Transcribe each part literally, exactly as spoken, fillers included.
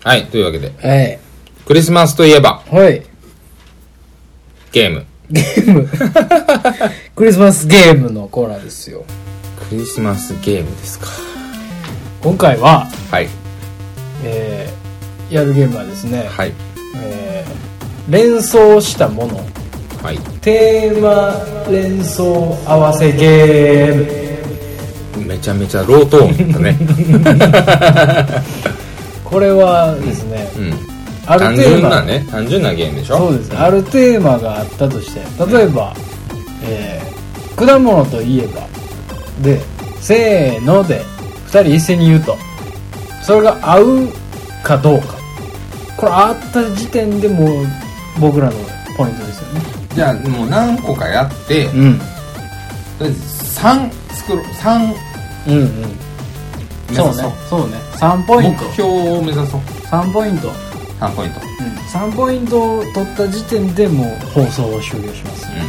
はい、というわけで、 はい、 クリスマスといえば、 はい、 ゲームゲームクリスマスゲームのコーナーですよ。 クリスマスゲームですか。 今回は、 はい、 えー、やるゲームはですね、 はい、 えー、連想したもの、 はい、 テーマ連想合わせゲーム。 めちゃめちゃロートーンだねこれはですね、うんうん、あるテーマ、単純なね、単純なゲームでしょ。 そうです、うん、あるテーマがあったとして、例えば、えー、果物といえばで、せーのでふたり一斉に言うと、それが合うかどうか、これあった時点でもう僕らのポイントですよね。 じゃあもう何個かやって、うん、とりあえずさん作ろう。さん、うんうん、 そうね、そうね、さんポイント目標を目指そう。 さんポイントさんポイント、 うん、さんポイントを取った時点でもう放送を終了します、うん、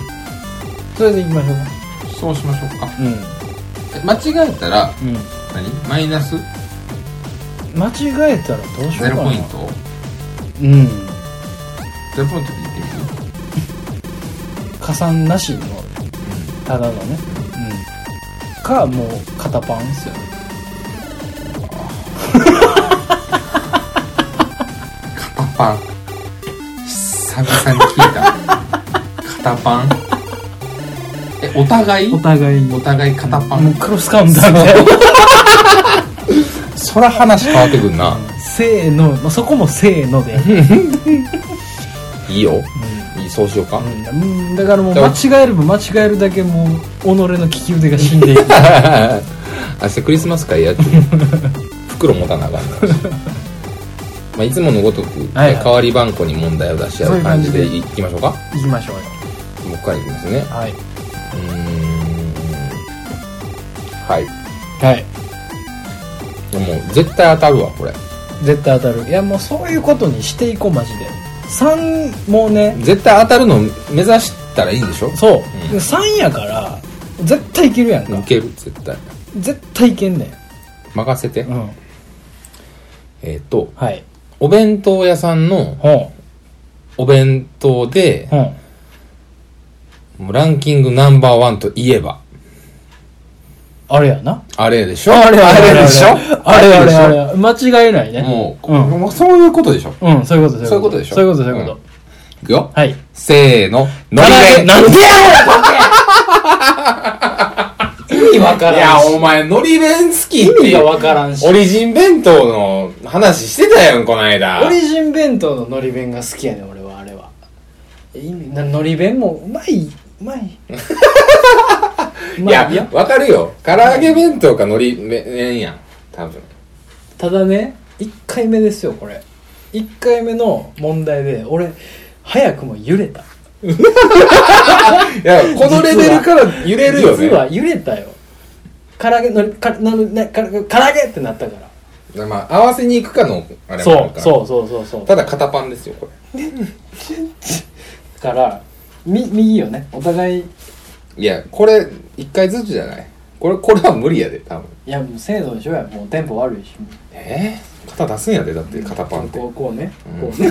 それでいきましょうか。 そうしましょうか、うん、間違えたら、うん、何マイナス間違えたらどうしようかな。ゼロポイント、 うんゼロポイントでいってみる。 加算なしのただのね、うん、かもう肩パンですよね肩パン久々に聞いた肩パンえ、お互いお互いにお互い肩パン、 もうクロスカウンターみたいなそら話変わってくんな、うん、 せーの、まあ、そこもせーのでいいよ、うん、いい、そうしようか、うん、だからもう間違えれば間違えるだけもう己の利き腕が死んでいく明日クリスマス会やって袋持たなあかんからまあいつものごとく、ね、はいはい、代わり番号に問題を出し合う感じでいきましょうか。 いきましょうよ。 もう一回いきますね。 はい。うーん、はいはい。 もう絶対当たるわこれ。 絶対当たる。いやもうそういうことにしていこうマジで。さんもうね、 絶対当たるの目指したらいいんでしょ。 そう、うん、さんやから絶対いけるやんか。 いける、絶対絶対いけんねん。 任せて、うん、えっ、ー、と、 はい、 お弁当屋さんのお弁当で、うん、もうランキングナンバーワンといえばあれやな。 あれでしょ。 あれあれでしょ。あれあれあれ間違いないね。 もう、うん、もうそういうことでしょ。 うん、そういうことそういうことでしょ。 そういうことそういうこと、うん、 いくよ。 はい、 せーの。 のり弁。なんでやねん意味わからんし。いやお前のり弁好きって意味がわからんし。 オリジン弁当の話してたやんこの間。 オリジン弁当ののり弁が好きやねん俺は。あれはのり弁もうまいうまいいや、いやわかるよ。唐揚げ弁当かのり弁やん多分。 ただね、いっかいめですよこれ。いっかいめの問題で俺早くも揺れたいやこのレベルから揺れるよね。 実は揺れたよ。唐揚げのりかのね唐揚げってなったから。 まあ合わせに行くかのあれもあるから。 そうそうそうそうそう。 ただ肩パンですよこれからみ右よねお互い。 いやこれいっかいずつじゃない。これこれは無理やで多分。 いやもう精度でしょや。もうテンポ悪いし。 えー、肩出すんやで。だって肩パンってこうこうね、 うん、 こうね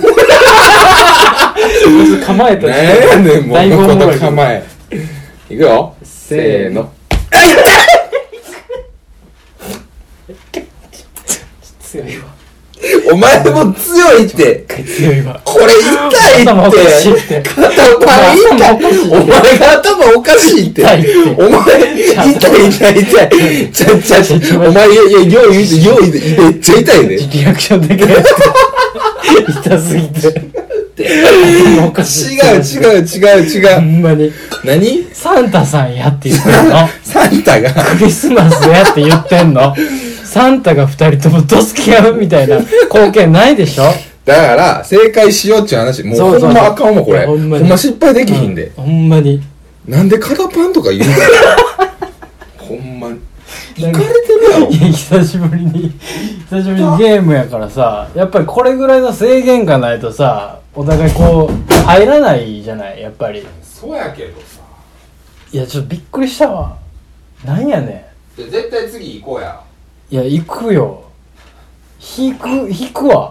構えたねえねえもうのこと構えいくよ。せーの。 強いわ。 お前も強いって。 強いわ。 これ痛いって。肩パン痛い。お前が頭おかしいって。お前痛い痛い痛い。ちゃちゃちゃ。お前いやいや用意用意めっちゃ痛いね。 リアクションできない。痛すぎて。違う違う違う違う。 ほんまに。 何？ サンタさんやって言ってんの。 サンタがクリスマスやって言ってんの。サンタが二人ともドスキ合うみたいな光景ないでしょ。 だから正解しようっていう話。もうほんまあかんわこれ。ほんま失敗できひんで、 うん、ほんまに。 なんで肩パンとか言うのほんまに聞かれてるやろ。 いや久しぶりに久しぶりにゲームやからさ、やっぱりこれぐらいの制限がないとさお互いこう入らないじゃないやっぱり。 そうやけどさ。 いやちょっとびっくりしたわ。なんやねん。絶対次行こうや。 いや行くよ。引く引くわ。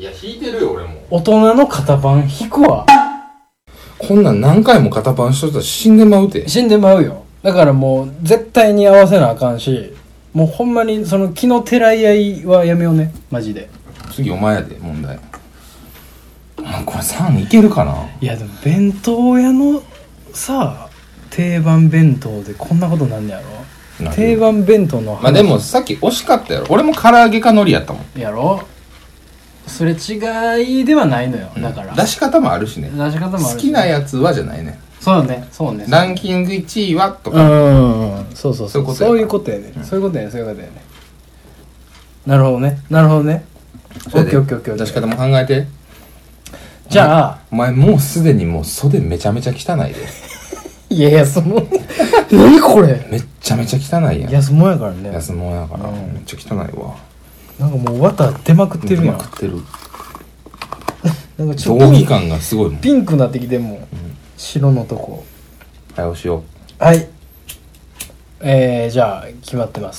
いや引いてるよ俺も。 大人の肩パン引くわ。 こんなん何回も肩パンしとったら死んでまうて。 死んでまうよ。だからもう絶対に合わせなあかんし、もうほんまにその気のてらい合いはやめようね、マジで。 次お前やで問題。あこれさんいけるかな。 いやでも弁当屋のさ定番弁当でこんなことなんねやろ。定番弁当の話。 まあでもさっき惜しかったやろ。俺も唐揚げか海苔やったもん。 やろ。それ違いではないのよ、だから、 うん、出し方もあるしね。 出し方もあるし、ね、 好きなやつはじゃないね。 そうねそうね。 ランキングいちいはとか。 うんうんそうそうそうそういうことやね、うん、そういうことやねそういうことやね。なるほどねなるほどね。オッケーオッケーオッケー。 出し方も考えて。 じゃあお前もうすでにもう袖めちゃめちゃ汚いで。 いやいやその何これめっちゃめちゃ汚いやん。 安物やからね。 安物やから、うん、めっちゃ汚いわ。 なんかもう綿出まくってるやん。 出まくってる。 なんかちょっと道義感がすごいもん。 ピンクになってきてもう、うん、白のとこ。 はい押しよう。はい。えー、じゃあ決まってます。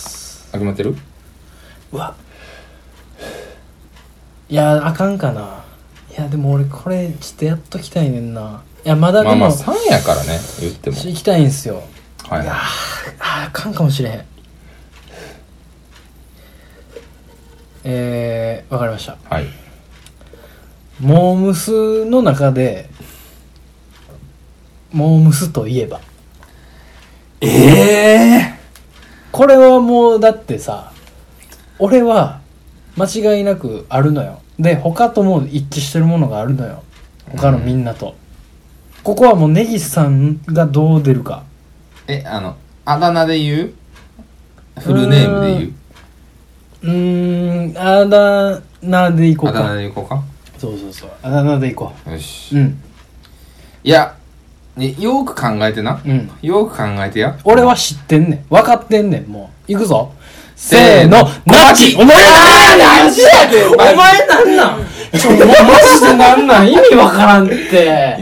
あ決まってる。 うわいやあかんかな。いやでも俺これちょっとやっときたいねんな。いやまだでもまあまあさんやからね言っても行きたいんすよ。 はい。いやああかんかもしれへん。えー、わかりました。 はい。 モームスの中でモームスといえばええー、 これはもうだってさ俺は間違いなくあるのよ。で他とも一致してるものがあるのよ他のみんなと、うん、ここはもう根岸さんがどう出るか。 えあのあだ名で言うフルネームで言ううーんあだ名でいこうか。 あだ名でいこうか。 そうそうそうあだ名でいこう。よし。 うんいやよく考えてな、 うん、 よく考えてや。 俺は知ってんねん分かってんねん。もう行くぞせーのナチ。お前なんやでお前なんなんちょマジでなんなん意味わからんって。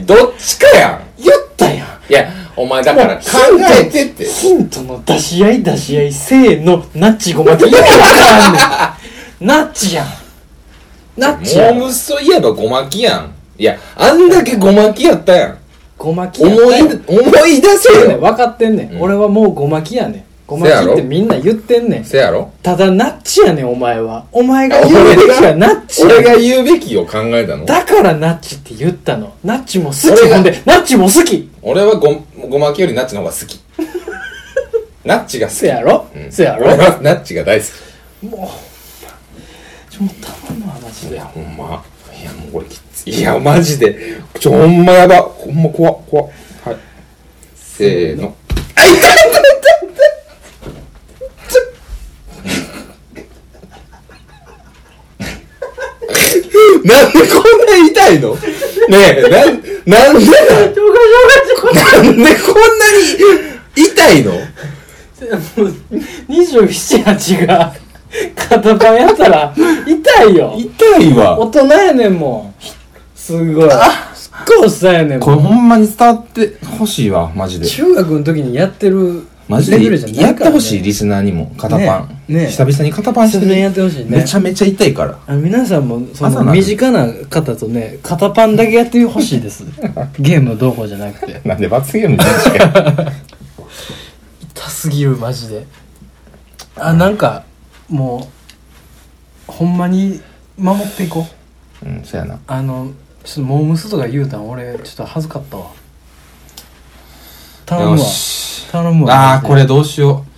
どっちかやん言ったやん。 いやお前だから考えてってヒントの出し合い出し合いせーのナッチごまき意味わからんねんナッチやんナッチやん。 モームスといえばごまきやん。いやあんだけごまきやったやん。 ごまきや思い思い出せよ。 分かってんねん、うん、俺はもうごまきやねん。ごまきってみんな言ってんねん。 せやろ。 ただナッチやねんお前は。お前が言うべきはナッチやねん。 俺が言うべきを考えたの。 だからナッチって言ったの。ナッチも好き。ほんでナッチも好き。 俺は ご, ごまきよりナッチの方が好きナッチが好き。 せやろ、うん、せやろ。 俺はナッチが大好き。 もうちょもう頼むわマジで。 いやほんまいやもうこれきつい。いやマジでちょほんまやばほんま怖っ怖っ。はいせーの。あいたいたいたいなんでこんな痛いのねえ、な、なんでなんなんでこんなに痛いの。 にじゅうなな、はちが肩パンやったら痛いよ。 痛いわ。 大人やねんもん。すごい。すっごいおっさんやねんもん。 これほんまに伝わってほしいわ、マジで。 中学の時にやってるマジでやってほしい。リスナーにも肩パン、ねね、久々に肩パンしてね、やってほしいね。 めちゃめちゃ痛いから。 あの皆さんもその身近な方とね肩パンだけやってほしいですゲームどうこうじゃなくて。 なんで罰ゲームじゃない痛すぎるマジで。あなんかもうほんまに守っていこう。うんそうやな。 あのちょっとモームスとか言うたん俺ちょっと恥ずかったわ。頼むわ。頼むわ。 ああこれどうしよ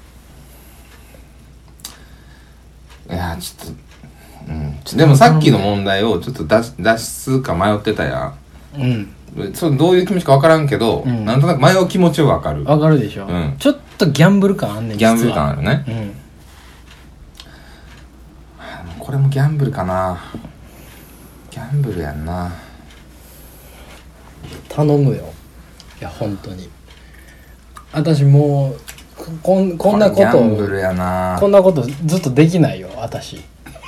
う。いやちょっと、うん、でもさっきの問題をちょっと出し出すか迷ってたやん。うんそどういう気持ちか分からんけど、うん、なんとなく迷う気持ちは分かる。 分かるでしょ、うん、ちょっとギャンブル感あんねん。 ギャンブル感あるね、 うん、 これもギャンブルかな。ギャンブルやんな。 頼むよ。いや本当に私もうこんこんなことギャンブルやな。 こんなことずっとできないよ私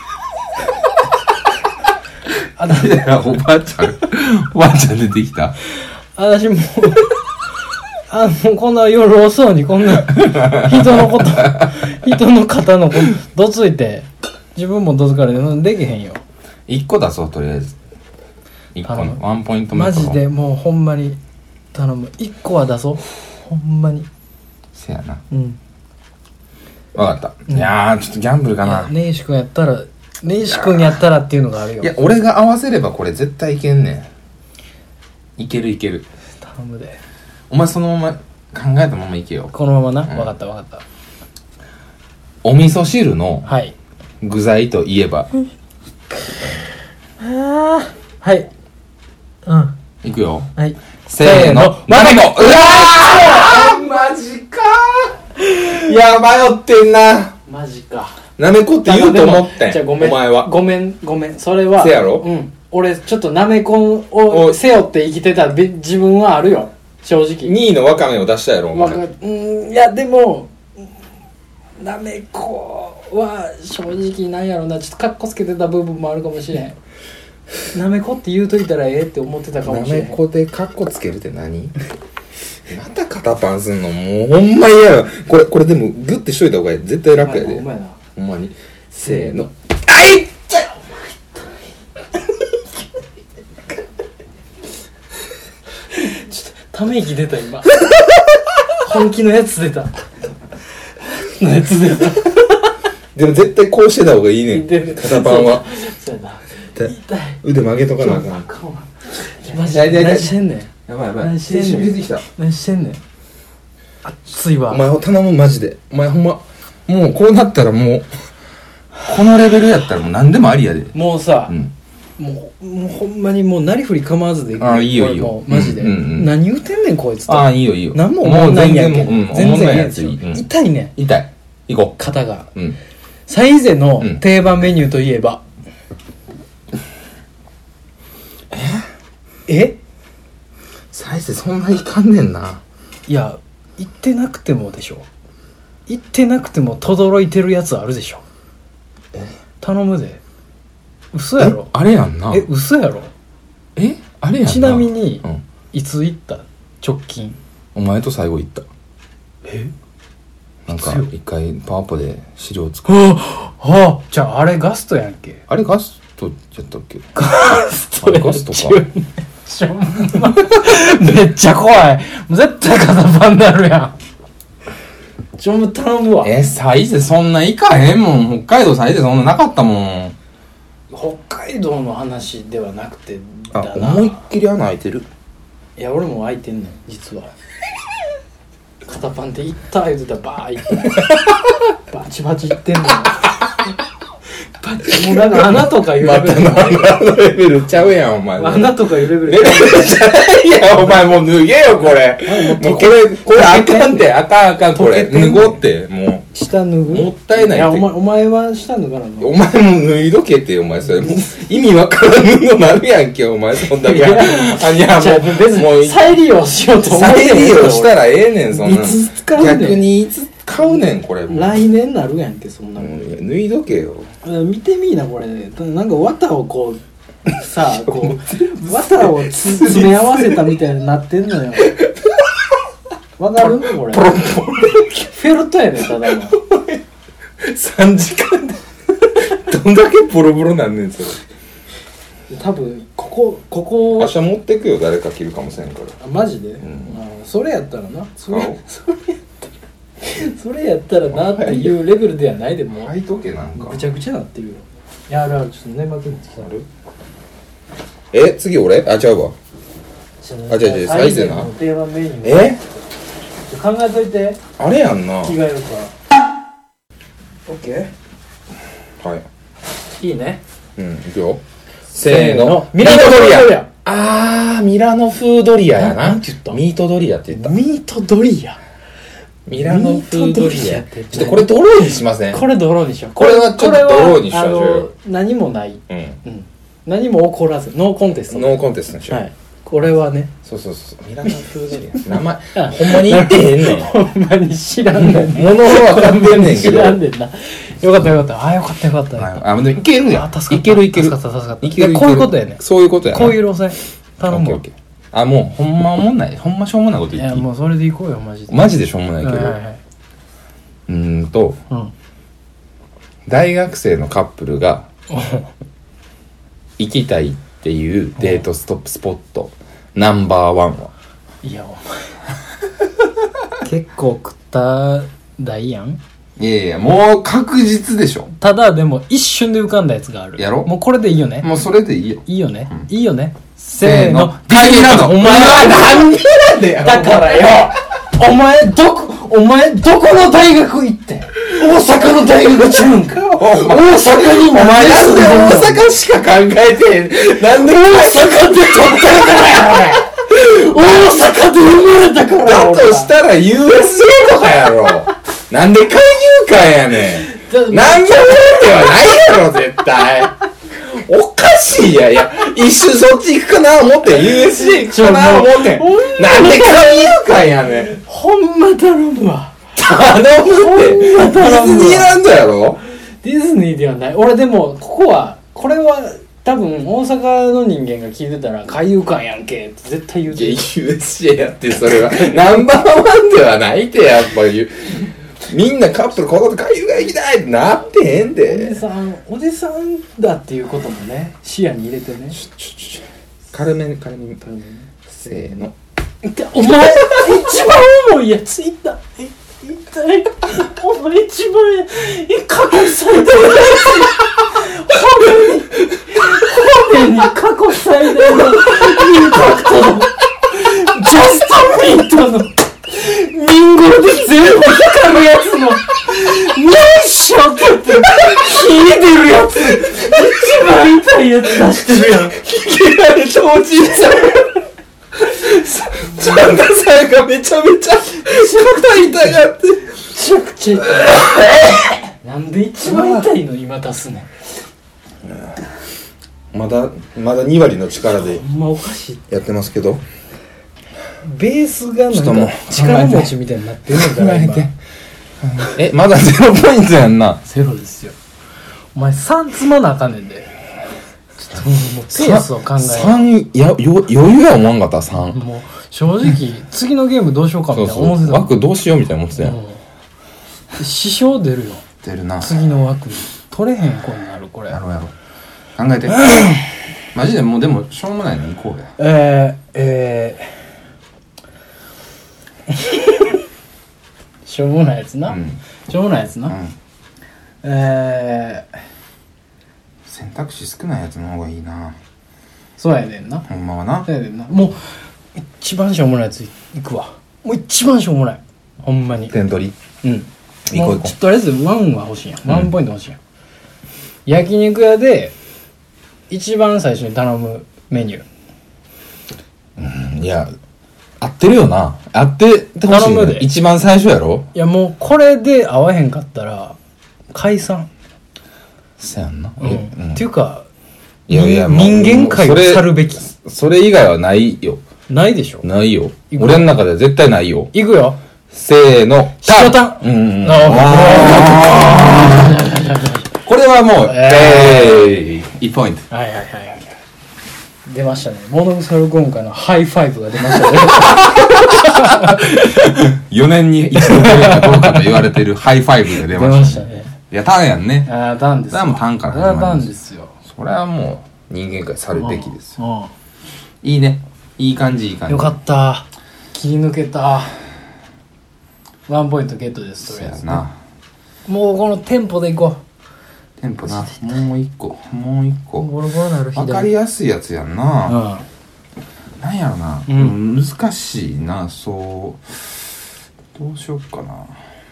あたいやおばあちゃんおばあちゃん出てきた。 私もうあのこんな夜遅うにこんな人のこと人の肩のことどついて自分もどつかれてできへんよ。 いっこ出そうとりあえずいっこのワンポイントマジでもうほんまに頼む。いっこは出そうほんまに。 せやな。 うん分かった、うん、いやーちょっとギャンブルかな。 根岸君やったら根岸君やったらっていうのがあるよ。 いや俺が合わせればこれ絶対いけんねん。いけるいける。 頼むで。 お前そのまま考えたままいけよ。 このままな、うん、分かった分かった。 お味噌汁のはい具材といえば、 うん、ああはいうんいくよ。 はいせーのなめこ。うわーマジかー。いや迷ってんな。 マジか。 なめこって言うと思ってん。 じゃあごめんお前はごめんごめんそれはせやろ。 うん俺ちょっとなめこを背負って生きてた自分はあるよ正直。 にいのわかめを出したやろお前。 うんいやでもなめこは正直なんやろなちょっとカッコつけてた部分もあるかもしれん。なめこって言うといたらええって思ってたかもしれん。 なめこでカッコつけるって何また肩パンすんのもうほんま嫌や。これこれでもグッてしといた方がいい。絶対楽やで。 ほんまやなほんまに。せーのあいっちゃちょっとため息出た今本気のやつ出たのやつ出たでも絶対こうしてた方がいいねん肩パンは。 そうやな痛い腕曲げとかなあかん。 マジで何してんねん。 やばいやばい。 何してんねん。 てきた。 何してんねん。熱いわ。 お前を頼むマジで。お前ほんまもうこうなったらもうこのレベルやったらもう何でもありやで。 もうさ、 うん、 もうもうほんまにもうなりふり構わずでいく。 ああいいよいいよ。 もうマジで、 うんうんうん。 何言うてんねんこいつと。 ああいいよいいよ。 何も思わないんやけど。 もう全然もう、うん、 全然やついい、うん、 痛いねん。 痛い。行こう。 肩が。 うん。 サイゼの定番メニューといえば。 うん、 え？え？ サイゼそんないかんねんな。 いや言ってなくてもでしょ。言ってなくても轟いてるやつあるでしょ。 え？ 頼むで。嘘やろ。 あれやんな。 え嘘やろ。 えあれやんな。 ちなみに、 うん、 いつ行った直近。 お前と最後行った。 えなんか一回パワポで資料作る。はあ、はあ、じゃああれガストやんけ。 あれガストやったっけ。 ガストやガストか。 めっちゃ怖い。もう絶対肩パンになるやん。ちょも頼むわ。 えサイゼそんな行かへんもん。北海道サイゼそんななかったもん。 北海道の話ではなくてだな。 あ思いっきり穴開いてる。 いや俺も開いてんねん実は。肩パンっていった言うてたらバーいったバチバチいってんのよ。バチもうなんか穴とかいうレベルまたのレベルちゃうやんお前。 穴とかいうレベルレベルじゃないやんお前。もう脱げよこれ。もうこれこれあかんてあかんあかんこれ脱ごってもう下脱ぐもったいないって。いやお前お前は下脱がなの。 お前も脱いどけってお前それもう意味わからんのなるやんけお前そんだけ。あいやもう別に再利用しようと思って再利用したらええねんそんな。 いつ使うねん。 逆にいつ買うねんこれ。 来年なるやんけそんなもん。 脱いどけよ。 見てみいなこれ。なんか綿をこうさあこう綿をつ詰め合わせたみたいになってんのよ。わかるこれ。 ポロポロフェルトやねんただの。 さんじかんでどんだけボロボロなんねんそれ。 多分ここここ明日持ってくよ誰か着るかもしれんから。 あマジで、うん、あそれやったらなそれそれやったらそれやったらなっていうレベルではないでも履いとけなんかぐちゃぐちゃなってるよ。いやあるあるちょっと粘膜につきたる。 え次俺あ違うわ。あ違う違うサイゼな。 定番メニューえ考えといて。 あれやんな。 着替えるから。オッケー。はいいいね。 うんいくよ。せーのミラノドリア。 あーミラノ風ドリアやな。 なんて言った？ ミートドリアって言った。 ミートドリア。 ミラノ風ドリアってちょっとこれドローにしません？ これドローにしよう。 これはちょっとドローにしましょうよ。 何もない。 うんうん何も起こらずノーコンテスト。 ノーコンテストにしよう。 はい。これはね。 そうそうそう。ミラノ風ドリア。名前ほんまに言ってへんねん。 ほんまに知らんねん。 物は分かってんねんけど。 知らんねんな。よかったよかった。あよかったよかった。 あでもいけるやん。いけるいける。 助かった助かった。 いけるいける。 こういうことやね。 そういうことやな。 こういう路線頼むわ。 あもうほんま思んない。ほんましょうもないこと言っていい？ いやもうそれでいこうよマジで。 マジでしょうもないけど。うーんと大学生のカップルが行きたいっていうデートストップスポットナンバーワンは？ いやお前結構食った大やん。 いやいやもう確実でしょ。 ただでも一瞬で浮かんだやつがある。 やろ。 もうこれでいいよね。 もうそれでいいよ。 いいよね、 うん、 いいよね。せーの、 ディズニーランド。 お前は何なんだよ。だからよお前どこお前どこの大学行って大阪の大学ちゃうんか。大阪にもお前なんで大阪しか考えてなんで大阪で取ったからや大阪で生まれたからだとしたら ユーエスエー とかやろ。なんで海遊館やねん。なんでではないやろ絶対。おかしいやいや一瞬そっち行くかな思って ユーエスエー 行くかな思ってなんで海遊館やねん。 ほんま頼むわ。 頼むってディズニーランドやろ。 ディズニーではない。俺でもここはこれは多分大阪の人間が聞いてたら海遊館やんけって絶対言うてる。 いや ユーエスエー やってそれはナンバーワンではないってやっぱりみんなカップルこの海遊館行きたいってなってへんで。 おじさんおじさんだっていうこともね視野に入れてね。 ちょちょちょ軽めに軽めに軽めにせーの。 お前一番重いやついったいったいお前一番過去最大のやつ骨に骨に過去最大のインパクトのジャストミートのミンゴルで全部光るやつのナイスショットって火出るやつ一番痛いやつ出してるやん。 いきなり当時さサンタさんがめちゃめちゃ肩痛がってめちゃくちゃ痛い。なんで一番痛いの今出すねん。まだまだに割の力でほんまおかしい。 やってますけどベースがちょっともうなんか力持ちみたいになってるのから今えまだゼロポイントやんな。 ゼロですよ。お前さん積まなあかんねんで。ちょっともうペースを考えさんやよ余裕や思わんかったさん。 もう正直次のゲームどうしようかみたいなそう思ってた。 そう枠どうしようみたいな思ってたやん。 もう支障出るよ出るな。 次の枠に取れへん子になるこれ。 やろうやろう考えてマジでもうでもしょうもないの行こうや。 えーえーしょうもないやつな、 うん、 しょうもないやつな、 うん、 えー、 選択肢少ないやつの方がいいな。 そうやねんな。 ほんまはな。 そうやねんな。もう一番しょうもないやついくわ。もう一番しょうもない。ほんまに。 点取り。 うん。 行こう行こうもうちょっととりあえずワンは欲しいやん。 うんワンポイント欲しいやん。焼肉屋で一番最初に頼むメニュー。 うん、いや合ってるよな。合っててほしいね。 頼むで一番最初やろ。 いやもうこれで合わへんかったら解散。 そやんな。 うんえうんっていうかいやいや人間界を去るべき。 それ以外はないよ。 ないでしょ。 ないよ。 行く俺の中では絶対ないよ。 いくよ。 せーの。 白タン。 うんうんうん。 あこれはもう、えー、いいポイント。 はいはいはいはい。出ましたね。モノグサル今回のハイファイブが出ましたね。 よねんに一度出るかどうかと言われているハイファイブが出出ましね。 ましたたね。 いや、タンやんね。 ああ、タンですよ。 それはもうタンからそれはタ始まりますンですよ。 それはもう人間界去るべきですよ。 ういいね。いい感じ、いい感ん。 じ。 よかった。切り抜けた。ワンポイントゲットです、とそりあえず。 うやな。 もうこのテンポでいこテンポな。もう一個。もう一う。 個。 ボロボロなるわかりやすいやつやんな。 うん。 なんやろな、 ううんん、難しいな。そうどうしよっかな。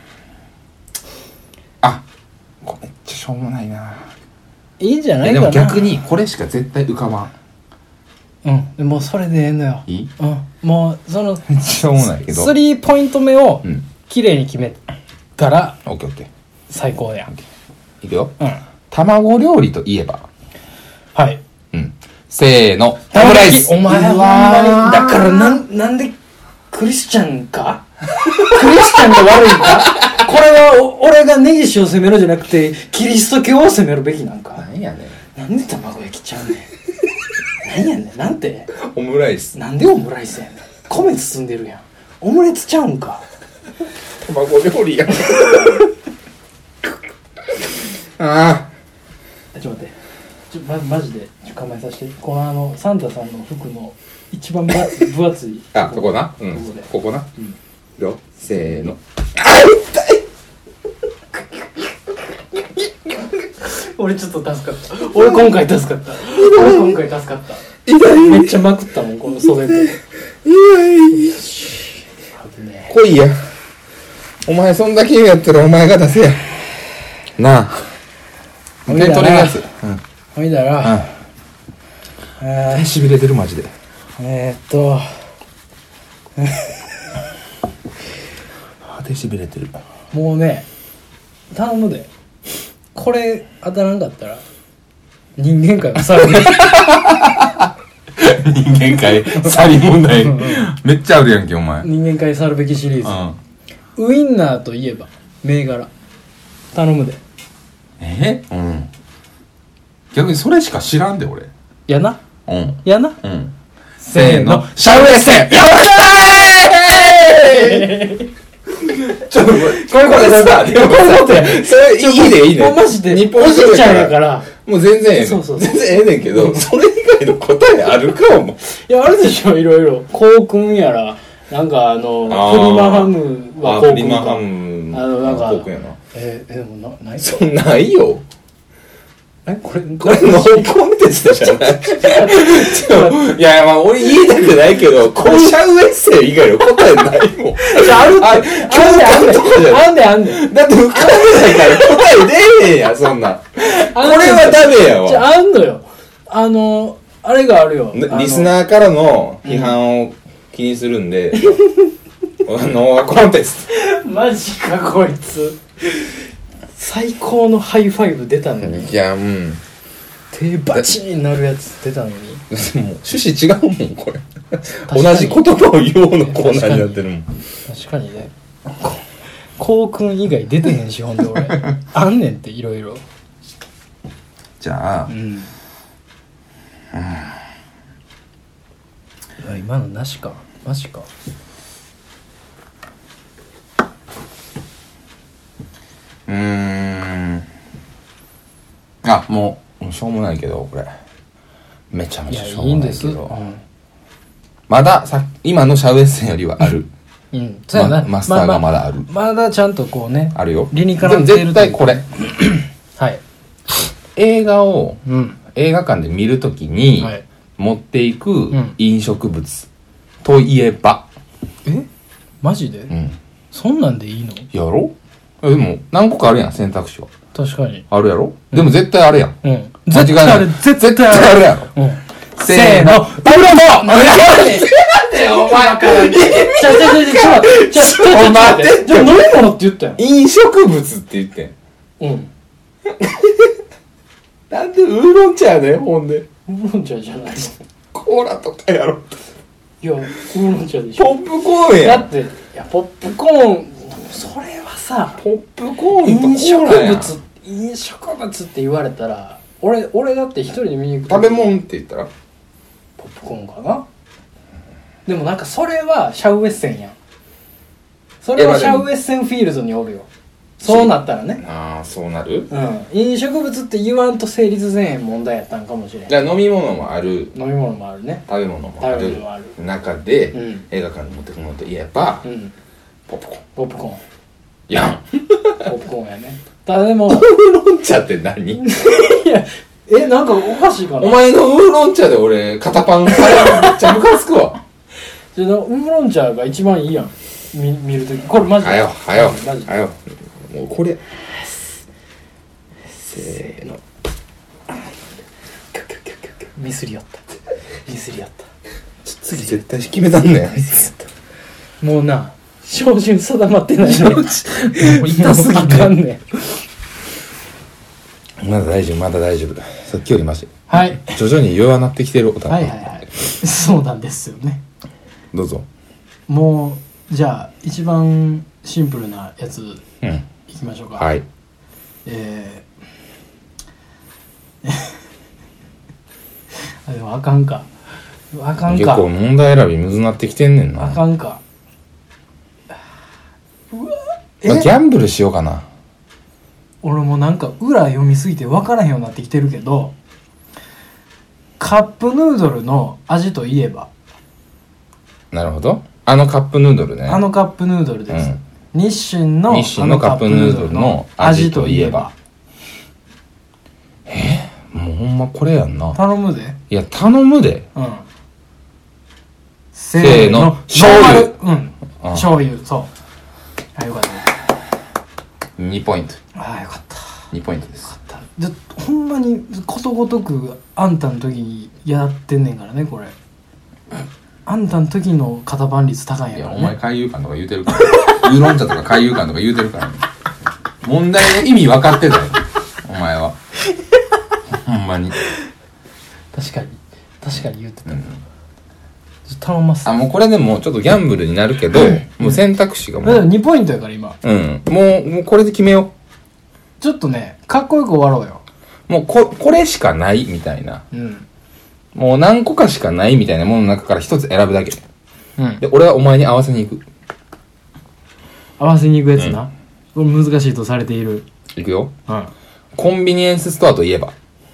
あ、これめっちゃしょうもないな。 いいんじゃないえでかな。 も逆にこれしか絶対浮かばん。 うん。でもうそれでええのよ。 いい？ うん。もう、その、 めっちゃしょうもないけど。 スリーポイント目をうん。 綺麗に決めたらオッケーオッケー。 最高やん。 いくよ。 うん。 卵料理といえば。 はい。 うん。せーの。タムライス。 お前はほんまにだからなんなんでクリスチャンかクリスチャンが悪いかこれはお俺が根岸を責めるじゃなくてキリスト教を責めるべきなんか。 なんやねん。 なんで卵焼きちゃうねん。なんやねん。なんてオムライス。 なんでオムライスやねん。米包んでるやん。オムレツちゃうんか。 卵料理やん。あちょっと待って。ちょまマジでちょ構えさせて。このあのサンタさんの服の一番分厚い分厚いあここな、うん、 ここでここな、 うん、 よせーの。 俺ちょっと助かった。俺今回助かった。俺今回助かった。 痛い。 めっちゃまくったもんこの袖で。 いやい来いや。お前そんだけやったらお前が出せや。なあ。点取りやす。うん。 ほいだら。 えー、しびれてるマジで。 えー、っと。 手しびれてる。 もうね、頼むで。これ当たらんかったら人間界は去る。 人間界去り問題めっちゃあるやんけお前。 人間界去るべきシリーズ、うん、ウインナーといえば銘柄頼むで。 えー、うん。逆にそれしか知らんで俺。 やな。 うんやな。 うん。せーのシャウエッセン。やったーちょっとこういうことさ、でもこういうことや。それいいねいいね。 マジで日本おじいちゃんやからもう全然ええねん。 そうそう全然ええねんけど、それ以外の答えあるかも。 いやあるでしょいろいろ。コウ君やらなんかあのあプリマハムはコウ君か。 プリマハムあのなんかコウ君やな。 えー、でもなないそんないよ。 えこれこれノーコンテストじゃない。いやまあ俺言いたくないけど、このシャウエッセン以外の答えないもん。 じゃああるって。あんねんあんねんあんねんあんねん。 だって浮かんでないから答え出えへんやそんな。これはダメやわ。 じゃああんのよ。あのあれがあるよ。 リスナーからの批判を気にするんで、ノーコンテスト。マジかこいつ。最高のハイファイブ出たのに。 いやうん手バチになるやつ出たのに。もう趣旨違うもんこれ。同じ言葉を言おうのコーナーになってるもん。 確かにね。コウ君以外出てへんしほんで俺あんねんっていろいろ。 じゃあ、 うん、うん、今のなしかマジか。 うーんあもうしょうもないけどこれめちゃめちゃしょうもないけど、いやいいんです、うん、まださ今のシャウエッセンよりはある。 うん、そうやな、 ま、マスターがまだある、 まあまあ、まだちゃんとこうねあるよ。 理にかなってる。 絶対これはい映画を、 うん、 映画館で見るときに、はい、持っていく飲食物といえば、 うん、えマジで、うん、そんなんでいいのやろ。でも何個かあるやん選択肢は。 確かにあるやろ、うん、でも絶対あるやん、うん、 絶対ある絶対あるやろ、うん、せーのダブルボなんでよお前からちょちょちょちょちょちょちょ待ってじゃあ飲み物って言ったよ。 飲食物って言ってん。うんなんでウーロン茶やねんほんで。 ウーロン茶じゃないコーラとかやろ。 いやウーロン茶でしょ。 ポップコーンやだっていやポップコーンそれはさポップコーンと飲食物飲食物って言われたら俺俺だって一人で見に行く食べ物って言ったらポップコーンかな。でもなんかそれはシャウエッセンやん。それはシャウエッセンフィールドにおるよ。そうなったらね。 ああそうなる。 うん飲食物って言わんと成立せえへん問題やったんかもしれん。 じゃあ飲み物もある飲み物もあるね食べ物もある食べ物もある中で、 うん、 映画館に持ってくものといえば、うん、ポップコーンポップコーンやんポップコーンやね。ただでもウーロン茶って何いやえなんかおかしいかな。 お前のウーロン茶で俺肩パンされるめっちゃムカつくわ。 ウーロン茶が一番いいやん 見, 見るときこれマジではよはよはよもうこれせーのミスりやったミスりやった次絶対決めたんねん。 もうな照準定まってないねもう痛すぎてあかんねん。まだ大丈夫まだ大丈夫さっきよりマシ。 はい徐々に弱なってきてるお互い。 はいはいはいそうなんですよね。 どうぞ。 もうじゃあ一番シンプルなやついきましょうか、 うん、はいえーあでもあかんかあかんか結構問題選びむずなってきてんねんな。 あかんかうわまあ、ギャンブルしようかな。 俺もなんか裏読みすぎて分からへんようになってきてるけどカップヌードルの味といえば。 なるほど。あのカップヌードルね。 あのカップヌードルです、うん、日清の日清のカップヌードルの味といえば。えー、もうほんまこれやんな。 頼むで。 いや頼むで。 うん。 せーの。醤油。 うん。醤油。そう。あ、よかった。 にポイント。 あ、よかった。 にポイントです。 よかった。じゃほんまにことごとくあんたの時にやってんねんからねこれ。あんたの時の型番率高いんやからね。 いやお前海遊館とか言うてるから。ウーロン茶とか海遊館とか言うてるから、ね、問題の意味分かってたよお前は。ほんまに。 確かに確かに言ってた、うん、頼ます。 あ、もうこれでもうちょっとギャンブルになるけど、うん、もう選択肢がもうにポイントやから今。 うんもう、もうこれで決めよう。 ちょっとねかっこよく終わろうよ。 もうここれしかないみたいな、うん、もう何個かしかないみたいなものの中から一つ選ぶだけ、うん、で俺はお前に合わせに行く。 合わせに行くやつな、うん、これ難しいとされている。 いくよ、うん、コンビニエンスストアといえば。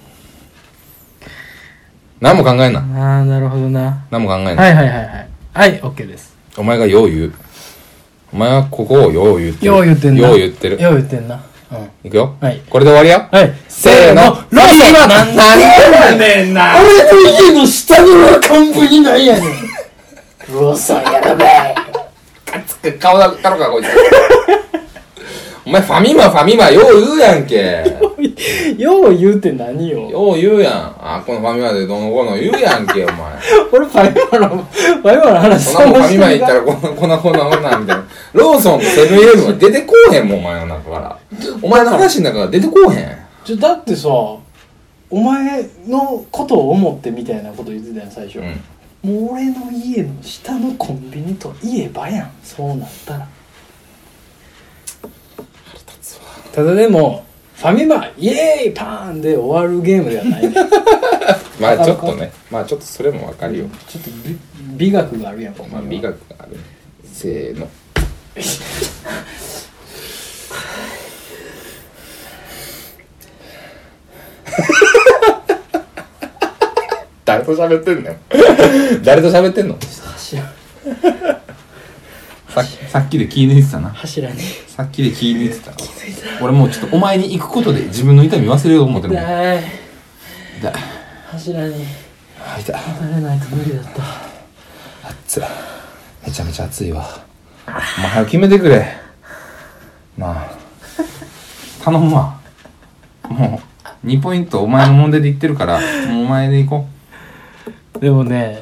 何も考えんな。 ああなるほどな。 何も考えんな。 はいはいはいはいはい OK です。 お前がよう言う。お前はここをよう言ってる。 よう言ってんな。 よう言ってる。 よう言ってんな。うん。 いくよ。 はい。 これで終わりや。 はい。 せーの。ローソン今なんやねんな。 俺の家の下のコンビニなんやねん。ローソンやろべ。 かつく顔だったのかこいつ。お前ファミマファミマよう言うやんけ。 よう言うって何よ。 よう言うやん。あ、このファミマでどのこの言うやんけお前。 俺ファミマのファミマの話そんなもんファミマ行ったらこんなこんなこんなこんなみたいな。ローソンとセブンイレブンは出てこうへんもんお前の中から。お前の話の中から出てこうへん。 ちょだってさお前のことを思ってみたいなこと言ってたやん最初、うん、もう俺の家の下のコンビニといえばやんそうなったら。ただでもファミマイエーイパーンで終わるゲームではないね。 まあちょっとねまあちょっとそれもわかるよ。 ちょっと 美, 美学があるやん。 まあ美学がある。せーの。誰と喋ってんのよ。誰と喋ってんの。さ, さっきで気抜いてたな。 柱にさっきで気抜いてた。気抜いた。俺もうちょっとお前に行くことで自分の痛み忘れようと思ってるもん。だいだ柱にあいた離れないと無理だった。 熱い。めちゃめちゃ熱いわ。お前早く決めてくれなあ。頼むわ。もうにポイントお前の問題で言ってるからもうお前で行こう。でもね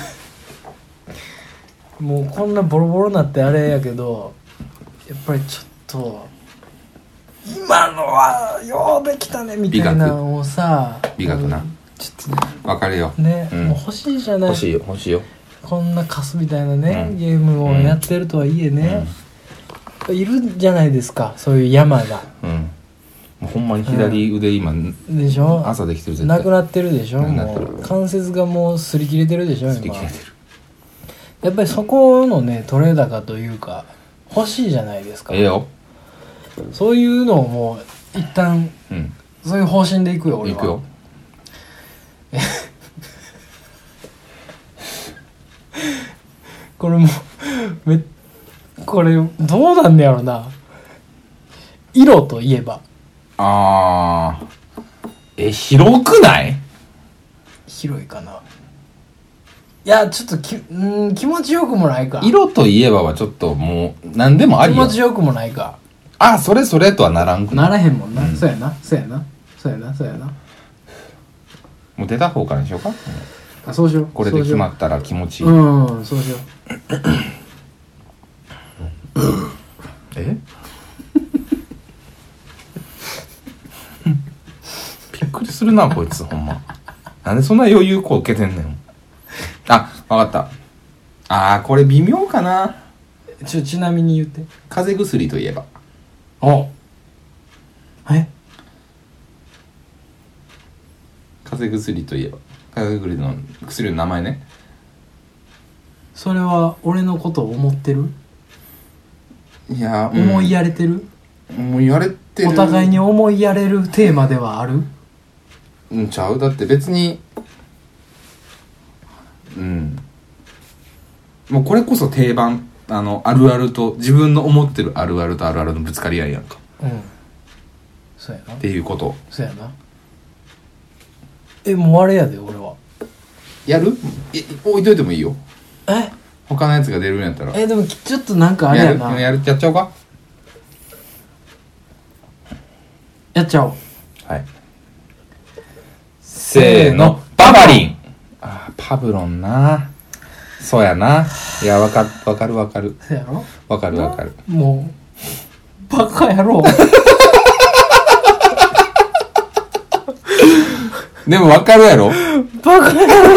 もうこんなボロボロなってあれやけどやっぱりちょっと今のはようできたねみたいなのをさ美学なちょっとねわかるよね、 うん、 もう欲しいじゃない。 欲しいよ欲しいよ。 こんなカスみたいなね、うん、ゲームをやってるとはいえね、うん、いるじゃないですかそういう山が。うんもうほんまに左腕今、うん、 でしょ。 朝できてる絶対なくなってるでしょ。もう関節がもう擦り切れてるでしょ今。擦り切れてる。やっぱりそこのね取れ高というか欲しいじゃないですか。 ええよ。 そういうのをもう一旦、うん、そういう方針でいくよ俺は。 いくよ。 これもめこれどうなんねやろな。色といえば。 あーえ広くない？ 広いかな。いやちょっときん気持ちよくもないか。 色といえばはちょっともう何でもありよ。 気持ちよくもないか。 あそれそれとはならんくならへんもんな、うん、そうやなそうやなそうやなそうやな。 もう出た方からにしようか。 あそうしよう。 これで決まったら気持ちいい。 うんそうしよう。 えびっくりするなこいつほんま。なんでそんな余裕こう受けてんねん。あわかった。あーこれ微妙かな。 ちょちなみに言って。 風邪薬といえば。 おえ風邪薬といえば風邪薬の薬の名前ね。 それは俺のことを思ってる？ いや、 うん、思いやれてる？ 思いやれてる。 お互いに思いやれるテーマではある？ うんちゃう。だって別にもうこれこそ定番、あのあるあると自分の思ってるあるあるとあるあるのぶつかり合いやんか。 うんそうやなっていうこと。 そうやな。えもうあれやで俺はやる？え置いといてもいいよ。 え他のやつが出るんやったら。 えでもちょっとなんかあれやな。 やるやるやっちゃおうか。 やっちゃおう。 はい。せーの、パパリン。あーパブロンな。そうやな。いやわかわかるわかる。 そうやろ。 わかるわかる。 もうバカ野郎。 でもわかるやろ。 バカ野郎。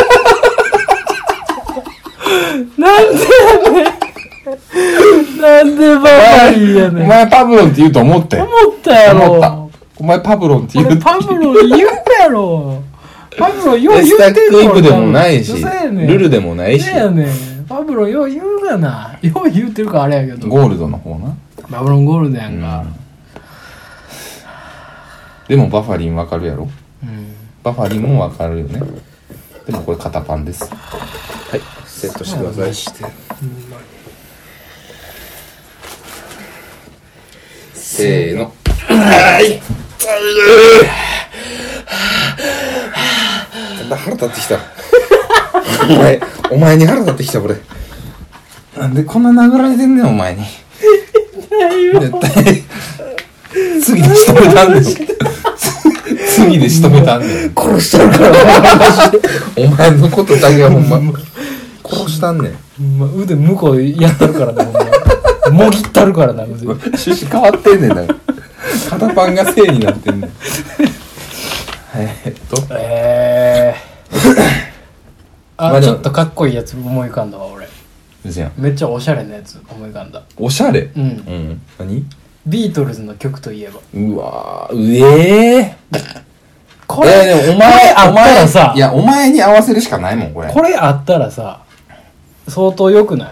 なんでやねん。なんでバカリンやねん。 お前パブロンって言うと思って。 思ったやろ。 思った。お前パブロンって言う俺パブロン言うやろ。パブロンよう言うてる。 スタックイプでもないし、 ね、 ルルでもないし。 そうやねん。パブロンよう言うがな。よう言うてるかあれやけど。 ゴールドの方な。 パブロンゴールドやんか。うん、 でもバファリンわかるやろ。 うん、 バファリンもわかるよね。でもこれ肩パンです。はい、セットしてください。してせーの。はい。腹立ってきた。お前、お前に腹立ってきた、これ。なんでこんな殴られてんねん、お前に。絶対。次で仕留めたんねん。次で仕留めたんねん。 殺したるから、 お前のことだけはほんま。殺したんねん。 腕向こうやったるからな、ほんま。もぎったるからな、腕。 趣旨変わってんねんな。肩パンが正になってんねん。えっと。 えー。あ、 まあ、 ちょっとかっこいいやつ思い浮かんだわ、俺。めっちゃおしゃれなやつ思い浮かんだ。 おしゃれ？ うん。うん 。何？ ビートルズの曲といえば。 うわー、うえー。 これ、 えー、でもお前、 あったらさ、 いや、お前に合わせるしかないもん、これ。 これあったらさ、相当良くない？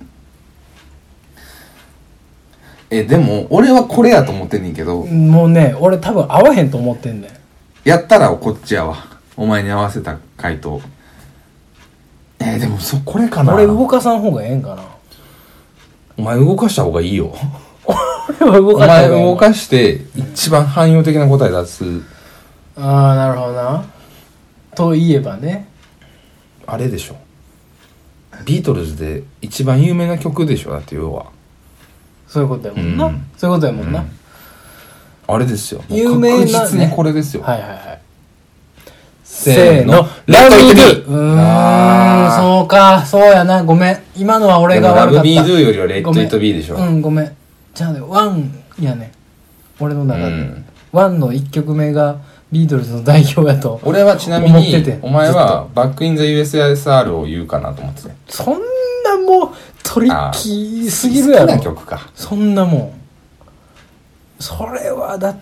え、でも、俺はこれやと思ってんねんけど。 もうね、俺多分合わへんと思ってんねん。 やったらこっちやわ。お前に合わせた回答。えー、でも、そ、これかな。 俺動かさん方がええんかな。 お前動かした方がいいよ。 俺は動かした方がいい。 お前動かして、一番汎用的な答え出す。 ああ、なるほどな。といえばね。 あれでしょ。ビートルズで一番有名な曲でしょ、だって要は。 そういうことやもんな。うん、そういうことやもんな。うん、 あれですよ。 有名な、ね、 確実にこれですよ。 はいはいはい。 せーの。 ラブミードゥ。うーん、そうか。そうやな。ごめん。今のは俺が悪かった。 ラブミードゥよりはレッドイットビーでしょ。 うん、ごめん。じゃあね、ワンやね。俺の中で。うん、ワンのいっきょくめがビートルズの代表やと。 俺はちなみに、お前はバックインザ ユーエスエスアール を言うかなと思ってて。 そんなもうトリッキーすぎるやろ。 好きな曲か。 そんなもん。それはだって。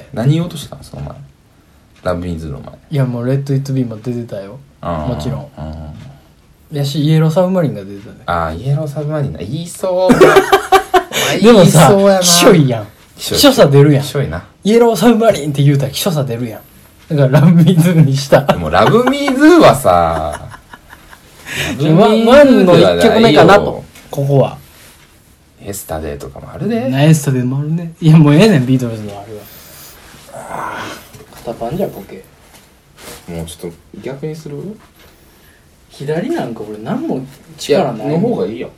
何言おうとしたんですか、お前。ラブミーズの前。 いやもうレッドイットビーも出てたよ。もちろん。やしイエローサブマリンが出てたね。 ああ、イエローサブマリンな。言いそう。 でもさ、きしょいやん。きしょさ出るやん。 きしょいな。 イエローサブマリンって言うたらきしょさ出るやん。だからラブミーズにした。 でもラブミーズはさ、 ワンのいっきょくめかなと。ここは。 エスタデーとかもあるで。 エスタデーもあるね。いやもうええねん、ビートルズのあるわ。ああ。肩パンじゃボケ。 もうちょっと逆にする？ 左なんか俺何も力ない。 の方がいいよ。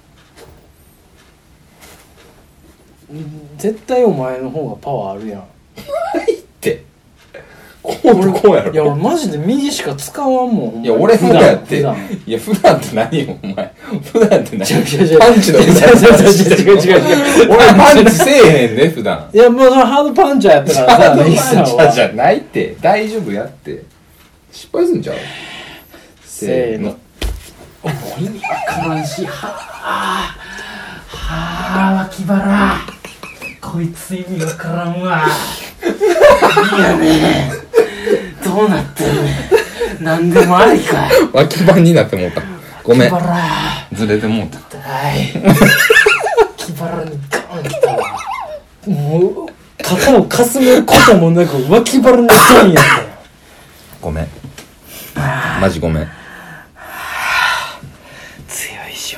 絶対お前の方がパワーあるやん。 はいって。こうこうやろ。 いや俺マジで右しか使わんもん。 いや俺もやって。いや普段って何よお前。普段って何？パンチの普段って違う違う違う。俺パンチせえへんね普段。 いやもうそのハードパンチャーやったからさ。 ハードパンチャーじゃないって。大丈夫やって。失敗すんじゃん。 せーの。お意味わからんし。はあはあ脇腹。こいつ意味わからんわ。いやねどうなってんねん。なんでもありかい。 脇腹になってもうた。ごめん。 脇腹ずれてもうた。 はい。脇腹にガン来たわ。もう肩をかすめることもなく脇腹にガンやったよ。 ごめん。マジごめん。 強いし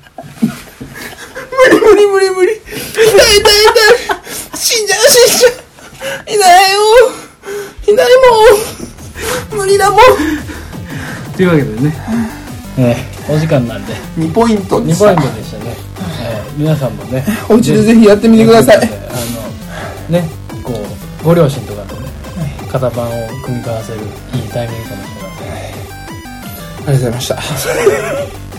無理無理無理無理。痛い痛い痛い。死んじゃう死んじゃう。いないよ。いないもん。無理だもん。 というわけでね、えー、お時間なんでにポイントでにしたポイントでしたね、えー、皆さんもねお家でぜひやってみてください。 あのねこうご両親とかとね型番を組み交わせるいいタイミングかもしれません。 ありがとうございました。